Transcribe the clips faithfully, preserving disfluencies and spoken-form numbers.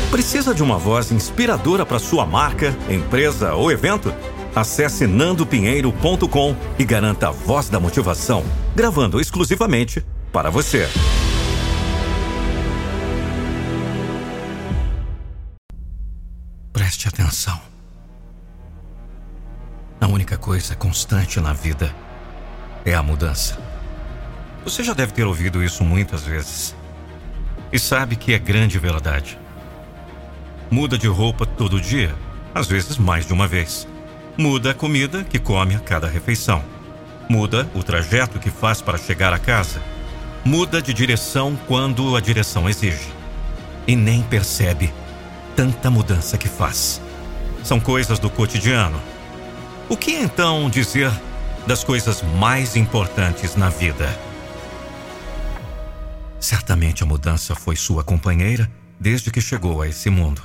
Precisa de uma voz inspiradora para sua marca, empresa ou evento? Acesse nando pinheiro ponto com e garanta a voz da motivação, gravando exclusivamente para você. Preste atenção. A única coisa constante na vida é a mudança. Você já deve ter ouvido isso muitas vezes. E sabe que é grande verdade. Muda de roupa todo dia, às vezes mais de uma vez. Muda a comida que come a cada refeição. Muda o trajeto que faz para chegar a casa. Muda de direção quando a direção exige. E nem percebe tanta mudança que faz. São coisas do cotidiano. O que então dizer das coisas mais importantes na vida? Certamente a mudança foi sua companheira desde que chegou a esse mundo.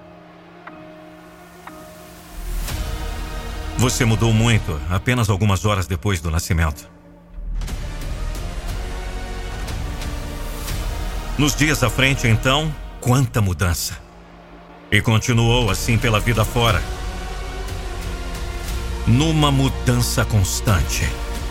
Você mudou muito apenas algumas horas depois do nascimento. Nos dias à frente, então, quanta mudança. E continuou assim pela vida fora. Numa mudança constante.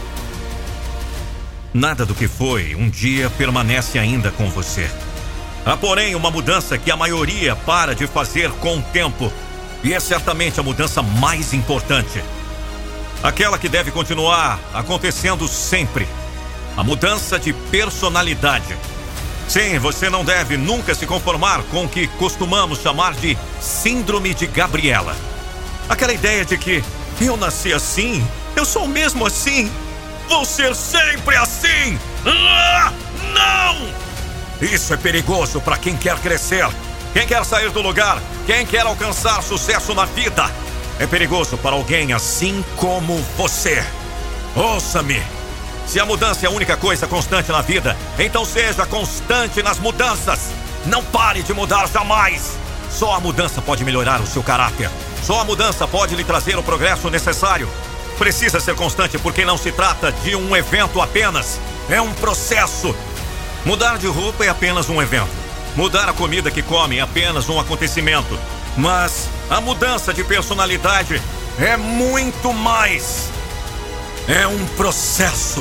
Nada do que foi um dia permanece ainda com você. Há, porém, uma mudança que a maioria para de fazer com o tempo. E é certamente a mudança mais importante. Aquela que deve continuar acontecendo sempre. A mudança de personalidade. Sim, você não deve nunca se conformar com o que costumamos chamar de Síndrome de Gabriela. Aquela ideia de que eu nasci assim, eu sou mesmo assim, vou ser sempre assim. Ah, não! Isso é perigoso para quem quer crescer. Quem quer sair do lugar, quem quer alcançar sucesso na vida. É perigoso para alguém assim como você. Ouça-me. Se a mudança é a única coisa constante na vida, então seja constante nas mudanças. Não pare de mudar jamais. Só a mudança pode melhorar o seu caráter. Só a mudança pode lhe trazer o progresso necessário. Precisa ser constante porque não se trata de um evento apenas. É um processo. Mudar de roupa é apenas um evento. Mudar a comida que come é apenas um acontecimento. Mas a mudança de personalidade é muito mais. É um processo.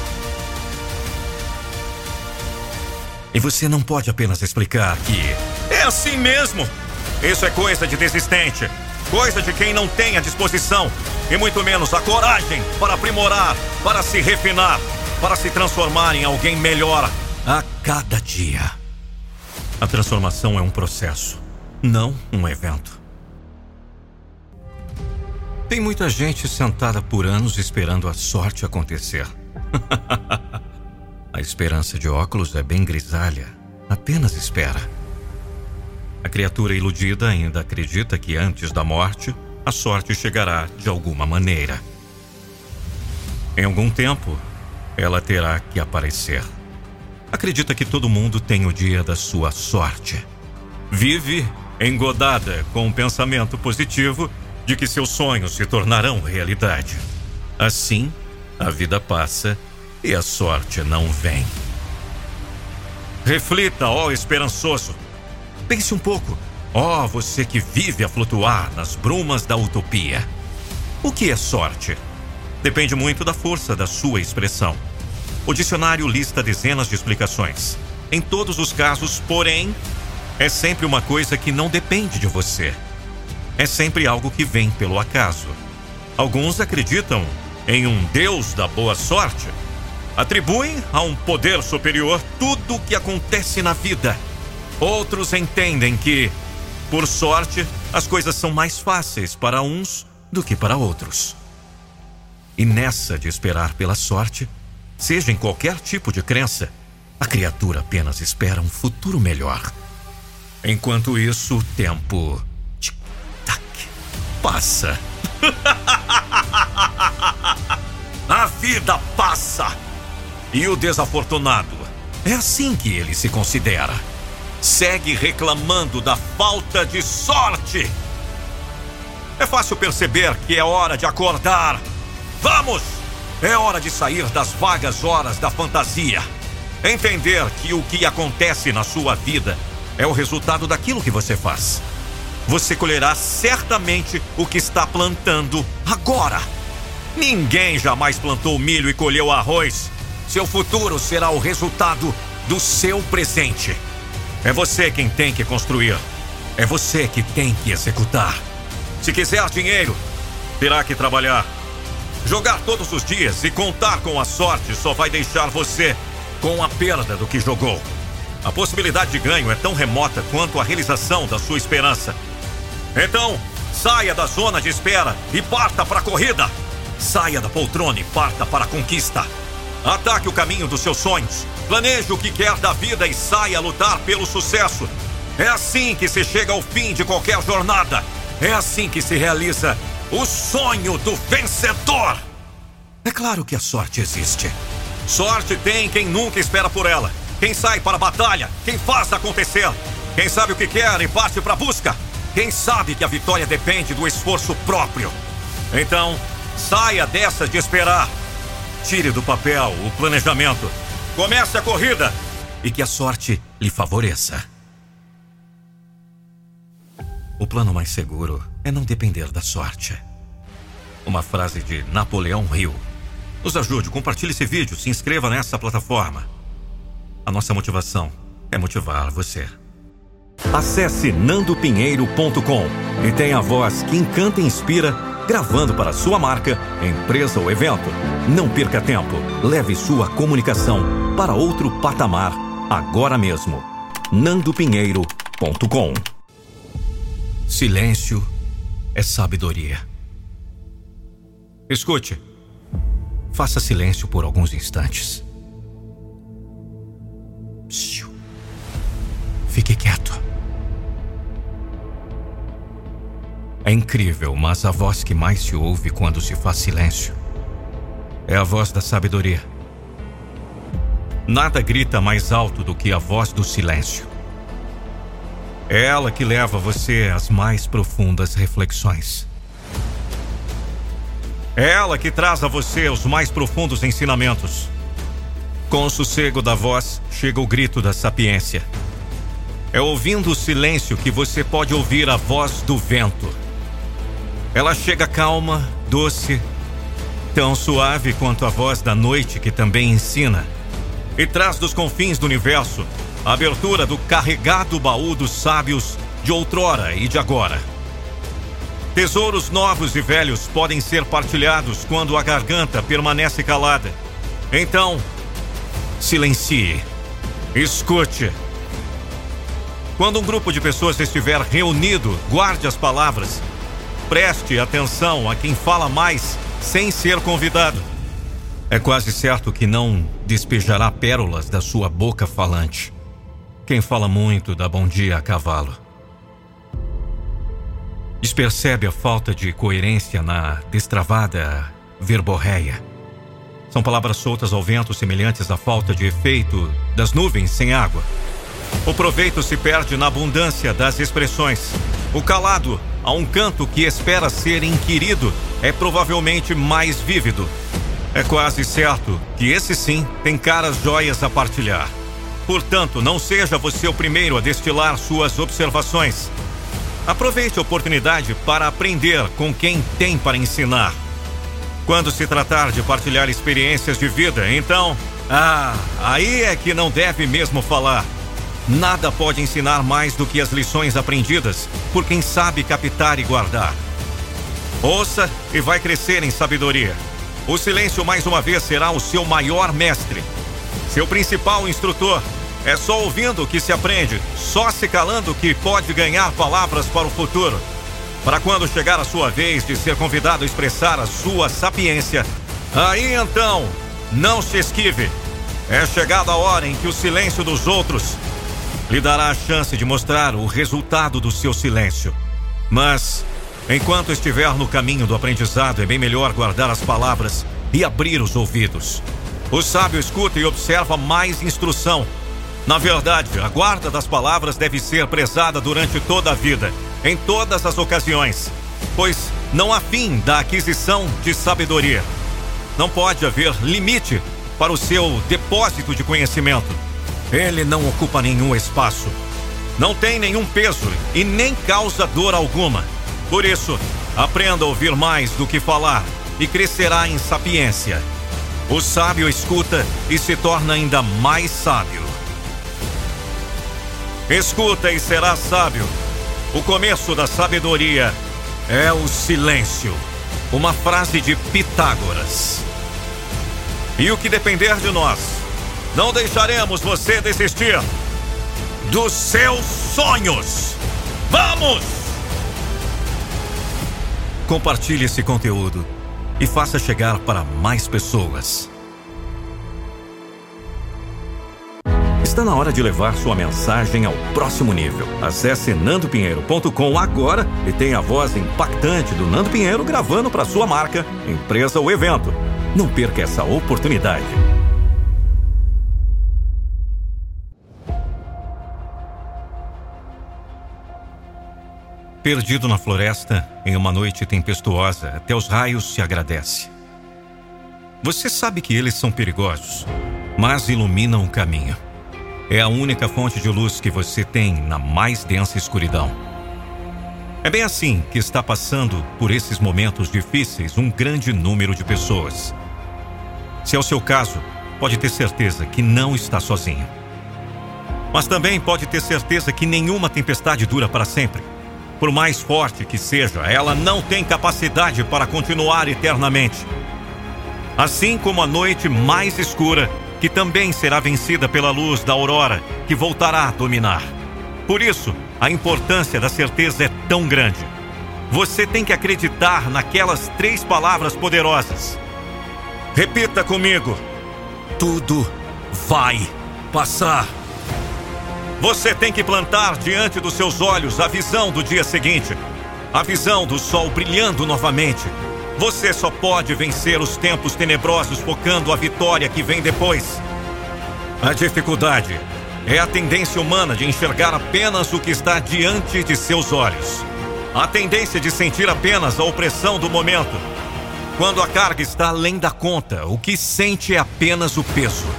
E você não pode apenas explicar que é assim mesmo. Isso é coisa de desistente. Coisa de quem não tem a disposição e muito menos a coragem para aprimorar, para se refinar, para se transformar em alguém melhor a cada dia. A transformação é um processo, não um evento. Tem muita gente sentada por anos esperando a sorte acontecer. A esperança de óculos é bem grisalha, apenas espera. A criatura iludida ainda acredita que antes da morte, a sorte chegará de alguma maneira. Em algum tempo, ela terá que aparecer. Acredita que todo mundo tem o dia da sua sorte. Vive engodada com um pensamento positivo de que seus sonhos se tornarão realidade. Assim, a vida passa e a sorte não vem. Reflita, ó esperançoso. Pense um pouco, ó você que vive a flutuar nas brumas da utopia. O que é sorte? Depende muito da força da sua expressão. O dicionário lista dezenas de explicações. Em todos os casos, porém, é sempre uma coisa que não depende de você. É sempre algo que vem pelo acaso. Alguns acreditam em um Deus da boa sorte. Atribuem a um poder superior tudo o que acontece na vida. Outros entendem que, por sorte, as coisas são mais fáceis para uns do que para outros. E nessa de esperar pela sorte, seja em qualquer tipo de crença, a criatura apenas espera um futuro melhor. Enquanto isso, o tempo tic-tac passa. A vida passa. E o desafortunado, é assim que ele se considera. Segue reclamando da falta de sorte. É fácil perceber que é hora de acordar. Vamos! É hora de sair das vagas horas da fantasia. Entender que o que acontece na sua vida é o resultado daquilo que você faz. Você colherá certamente o que está plantando agora. Ninguém jamais plantou milho e colheu arroz. Seu futuro será o resultado do seu presente. É você quem tem que construir. É você que tem que executar. Se quiser dinheiro, terá que trabalhar. Jogar todos os dias e contar com a sorte só vai deixar você com a perda do que jogou. A possibilidade de ganho é tão remota quanto a realização da sua esperança. Então, saia da zona de espera e parta para a corrida. Saia da poltrona e parta para a conquista. Ataque o caminho dos seus sonhos. Planeje o que quer da vida e saia a lutar pelo sucesso. É assim que se chega ao fim de qualquer jornada. É assim que se realiza o sonho do vencedor. É claro que a sorte existe. Sorte tem quem nunca espera por ela. Quem sai para a batalha, quem faz acontecer. Quem sabe o que quer e parte para a busca. Quem sabe que a vitória depende do esforço próprio. Então, saia dessa de esperar. Tire do papel o planejamento. Comece a corrida e que a sorte lhe favoreça. O plano mais seguro é não depender da sorte. Uma frase de Napoleão Hill. Nos ajude, compartilhe esse vídeo, se inscreva nessa plataforma. A nossa motivação é motivar você. Acesse nando pinheiro ponto com e tenha a voz que encanta e inspira, gravando para sua marca, empresa ou evento. Não perca tempo. Leve sua comunicação para outro patamar agora mesmo. nando pinheiro ponto com. Silêncio é sabedoria. Escute. Faça silêncio por alguns instantes. Psiu. Fique quieto. É incrível, mas a voz que mais se ouve quando se faz silêncio é a voz da sabedoria. Nada grita mais alto do que a voz do silêncio. É ela que leva você às mais profundas reflexões. É ela que traz a você os mais profundos ensinamentos. Com o sossego da voz, chega o grito da sapiência. É ouvindo o silêncio que você pode ouvir a voz do vento. Ela chega calma, doce, tão suave quanto a voz da noite que também ensina. E traz dos confins do universo a abertura do carregado baú dos sábios de outrora e de agora. Tesouros novos e velhos podem ser partilhados quando a garganta permanece calada. Então, silencie. Escute. Quando um grupo de pessoas estiver reunido, guarde as palavras. Preste atenção a quem fala mais sem ser convidado. É quase certo que não despejará pérolas da sua boca falante. Quem fala muito dá bom dia a cavalo. Despercebe a falta de coerência na destravada verborreia. São palavras soltas ao vento, semelhantes à falta de efeito das nuvens sem água. O proveito se perde na abundância das expressões. O calado, a um canto que espera ser inquirido, é provavelmente mais vívido. É quase certo que esse sim tem caras joias a partilhar. Portanto, não seja você o primeiro a destilar suas observações. Aproveite a oportunidade para aprender com quem tem para ensinar. Quando se tratar de partilhar experiências de vida, então, ah, aí é que não deve mesmo falar. Nada pode ensinar mais do que as lições aprendidas por quem sabe captar e guardar. Ouça e vai crescer em sabedoria. O silêncio mais uma vez será o seu maior mestre. Seu principal instrutor. É só ouvindo que se aprende, só se calando que pode ganhar palavras para o futuro. Para quando chegar a sua vez de ser convidado a expressar a sua sapiência, aí então, não se esquive. É chegada a hora em que o silêncio dos outros lhe dará a chance de mostrar o resultado do seu silêncio. Mas, enquanto estiver no caminho do aprendizado, é bem melhor guardar as palavras e abrir os ouvidos. O sábio escuta e observa mais instrução. Na verdade, a guarda das palavras deve ser prezada durante toda a vida, em todas as ocasiões, pois não há fim da aquisição de sabedoria. Não pode haver limite para o seu depósito de conhecimento. Ele não ocupa nenhum espaço. Não tem nenhum peso e nem causa dor alguma. Por isso, aprenda a ouvir mais do que falar e crescerá em sapiência. O sábio escuta e se torna ainda mais sábio. Escuta e serás sábio. O começo da sabedoria é o silêncio. Uma frase de Pitágoras. E o que depender de nós, não deixaremos você desistir dos seus sonhos. Vamos! Compartilhe esse conteúdo e faça chegar para mais pessoas. Está na hora de levar sua mensagem ao próximo nível. Acesse nando pinheiro ponto com agora e tenha a voz impactante do Nando Pinheiro gravando para sua marca, empresa ou evento. Não perca essa oportunidade. Perdido na floresta, em uma noite tempestuosa, até os raios se agradece. Você sabe que eles são perigosos, mas iluminam o caminho. É a única fonte de luz que você tem na mais densa escuridão. É bem assim que está passando por esses momentos difíceis um grande número de pessoas. Se é o seu caso, pode ter certeza que não está sozinho. Mas também pode ter certeza que nenhuma tempestade dura para sempre. Por mais forte que seja, ela não tem capacidade para continuar eternamente. Assim como a noite mais escura, que também será vencida pela luz da aurora, que voltará a dominar. Por isso, a importância da certeza é tão grande. Você tem que acreditar naquelas três palavras poderosas. Repita comigo: tudo vai passar. Você tem que plantar diante dos seus olhos a visão do dia seguinte, a visão do sol brilhando novamente. Você só pode vencer os tempos tenebrosos focando a vitória que vem depois. A dificuldade é a tendência humana de enxergar apenas o que está diante de seus olhos. A tendência de sentir apenas a opressão do momento. Quando a carga está além da conta, o que sente é apenas o peso.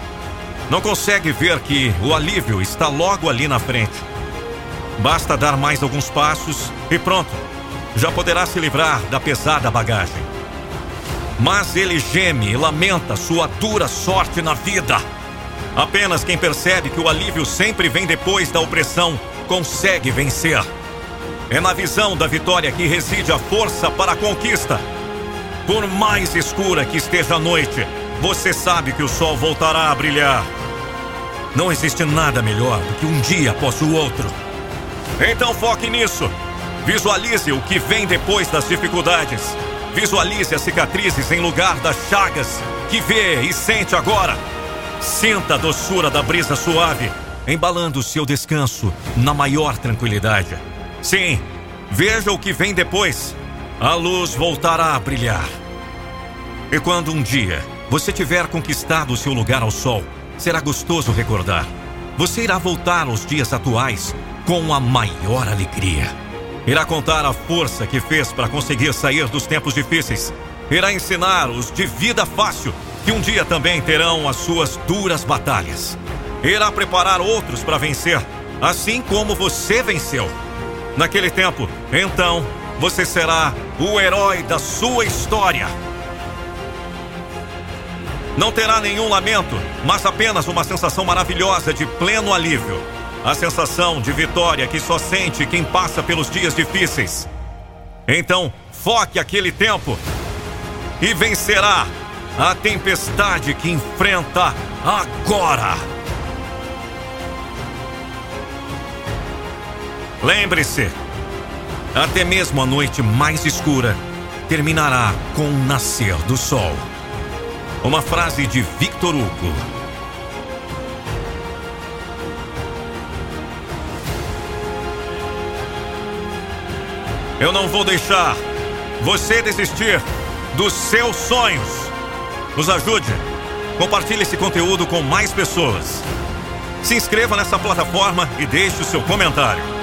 Não consegue ver que o alívio está logo ali na frente. Basta dar mais alguns passos e pronto. Já poderá se livrar da pesada bagagem. Mas ele geme e lamenta sua dura sorte na vida. Apenas quem percebe que o alívio sempre vem depois da opressão consegue vencer. É na visão da vitória que reside a força para a conquista. Por mais escura que esteja a noite, você sabe que o sol voltará a brilhar. Não existe nada melhor do que um dia após o outro. Então foque nisso. Visualize o que vem depois das dificuldades. Visualize as cicatrizes em lugar das chagas que vê e sente agora. Sinta a doçura da brisa suave, embalando o seu descanso na maior tranquilidade. Sim, veja o que vem depois. A luz voltará a brilhar. E quando um dia você tiver conquistado o seu lugar ao sol, será gostoso recordar. Você irá voltar aos dias atuais com a maior alegria. Irá contar a força que fez para conseguir sair dos tempos difíceis. Irá ensinar os de vida fácil, que um dia também terão as suas duras batalhas. Irá preparar outros para vencer, assim como você venceu. Naquele tempo, então, você será o herói da sua história. Não terá nenhum lamento, mas apenas uma sensação maravilhosa de pleno alívio. A sensação de vitória que só sente quem passa pelos dias difíceis. Então, foque aquele tempo e vencerá a tempestade que enfrenta agora. Lembre-se, até mesmo a noite mais escura terminará com o nascer do sol. Uma frase de Victor Hugo. Eu não vou deixar você desistir dos seus sonhos. Nos ajude. Compartilhe esse conteúdo com mais pessoas. Se inscreva nessa plataforma e deixe o seu comentário.